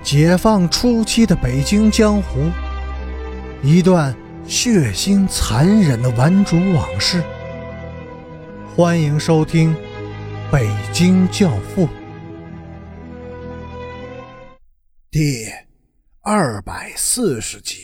解放初期的北京江湖，一段血腥残忍的顽主往事。欢迎收听《北京教父》第240集。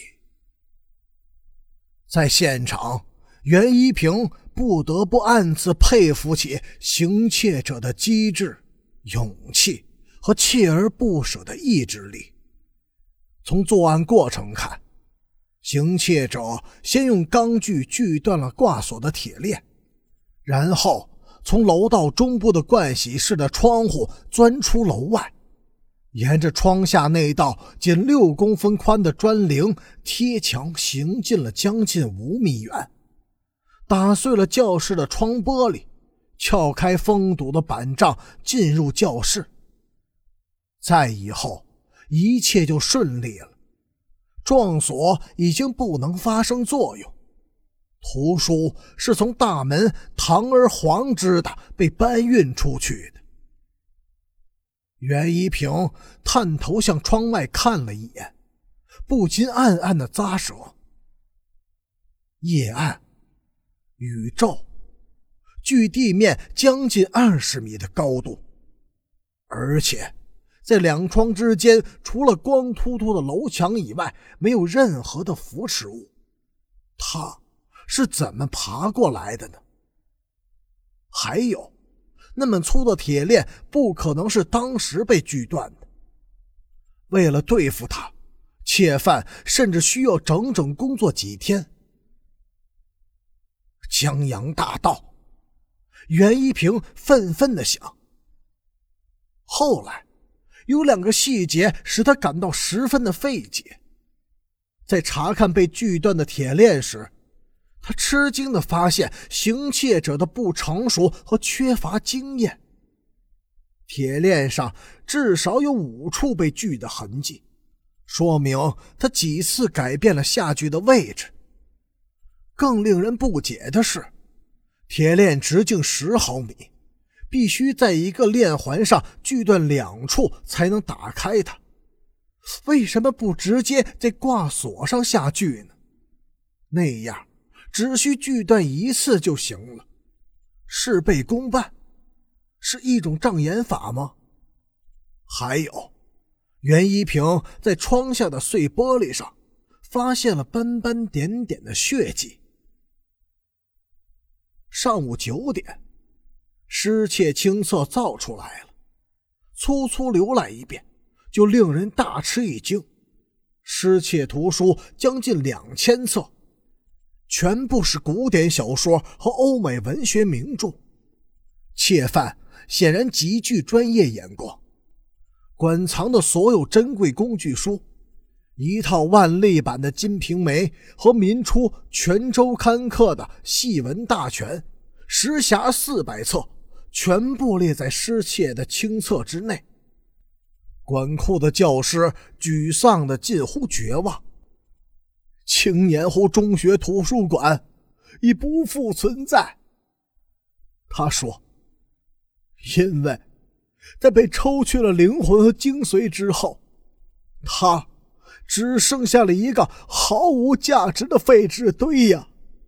在现场，袁一平不得不暗自佩服起行窃者的机智、勇气和锲而不舍的意志力。从作案过程看，行窃者先用钢锯锯断了挂锁的铁链，然后从楼道中部的盥洗室的窗户钻出楼外，沿着窗下那道仅6公分宽的砖棂贴墙行进了将近5米远，打碎了教室的窗玻璃，撬开封堵的板帐，进入教室。再以后一切就顺利了，撞锁已经不能发生作用，图书是从大门堂而皇之的被搬运出去的。袁一平探头向窗外看了一眼，不禁暗暗的咂舌。夜暗，宇宙，距地面将近20米的高度，而且在两窗之间，除了光秃秃的楼墙以外，没有任何的扶持物。他是怎么爬过来的呢？还有，那么粗的铁链不可能是当时被锯断的。为了对付他，窃犯甚至需要整整工作几天。江洋大盗，袁一平愤愤地想。后来有2个细节使他感到十分的费解。在查看被锯断的铁链时，他吃惊地发现行窃者的不成熟和缺乏经验。铁链上至少有5处被锯的痕迹，说明他几次改变了下锯的位置。更令人不解的是，铁链直径10毫米，必须在一个链环上锯断2处才能打开它。为什么不直接在挂锁上下锯呢？那样只需锯断1次就行了。事倍功半，是一种障眼法吗？还有，袁一平在窗下的碎玻璃上发现了斑斑点点的血迹。上午9点，失窃清册造出来了，粗粗浏览一遍就令人大吃一惊。失窃图书将近2000册，全部是古典小说和欧美文学名著。窃犯显然极具专业眼光，馆藏的所有珍贵工具书，一套万历版的《金瓶梅》和民初全周刊刻的戏文大全，时辖400册，全部列在失窃的清册之内。管库的教师沮丧的近乎绝望。青年湖中学图书馆已不复存在，他说，因为在被抽去了灵魂和精髓之后，他只剩下了一个毫无价值的废纸堆呀。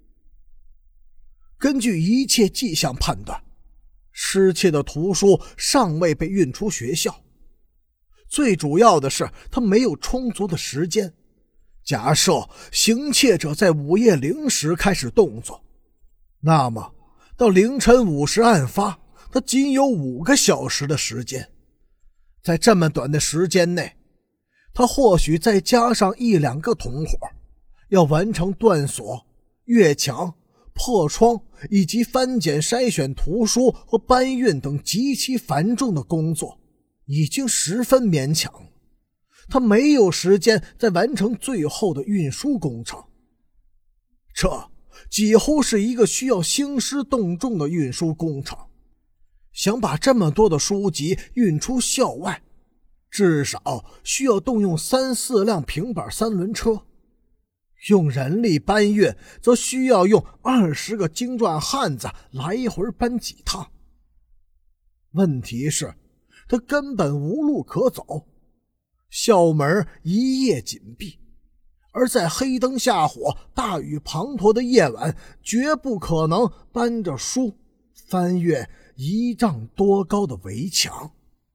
根据一切迹象判断，失窃的图书尚未被运出学校。最主要的是，他没有充足的时间。假设行窃者在午夜0时开始动作，那么到凌晨5时案发，他仅有5个小时的时间。在这么短的时间内，他或许再加上1-2个同伙，要完成断锁、越墙、破窗以及翻检筛选图书和搬运等极其繁重的工作，已经十分勉强了。他没有时间再完成最后的运输工程。这几乎是一个需要兴师动众的运输工程。想把这么多的书籍运出校外，至少需要动用3-4辆平板3轮车。用人力搬运，则需要用20个精壮汉子来回搬几趟。问题是，他根本无路可走。 校门一夜紧闭，而在黑灯瞎火、大雨滂沱的夜晚，绝不可能搬着书翻越1丈多高的围墙。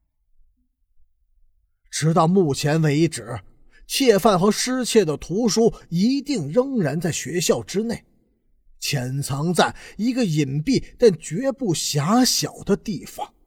直到目前为止，窃犯和失窃的图书一定仍然在学校之内，潜藏在一个隐蔽但绝不狭小的地方。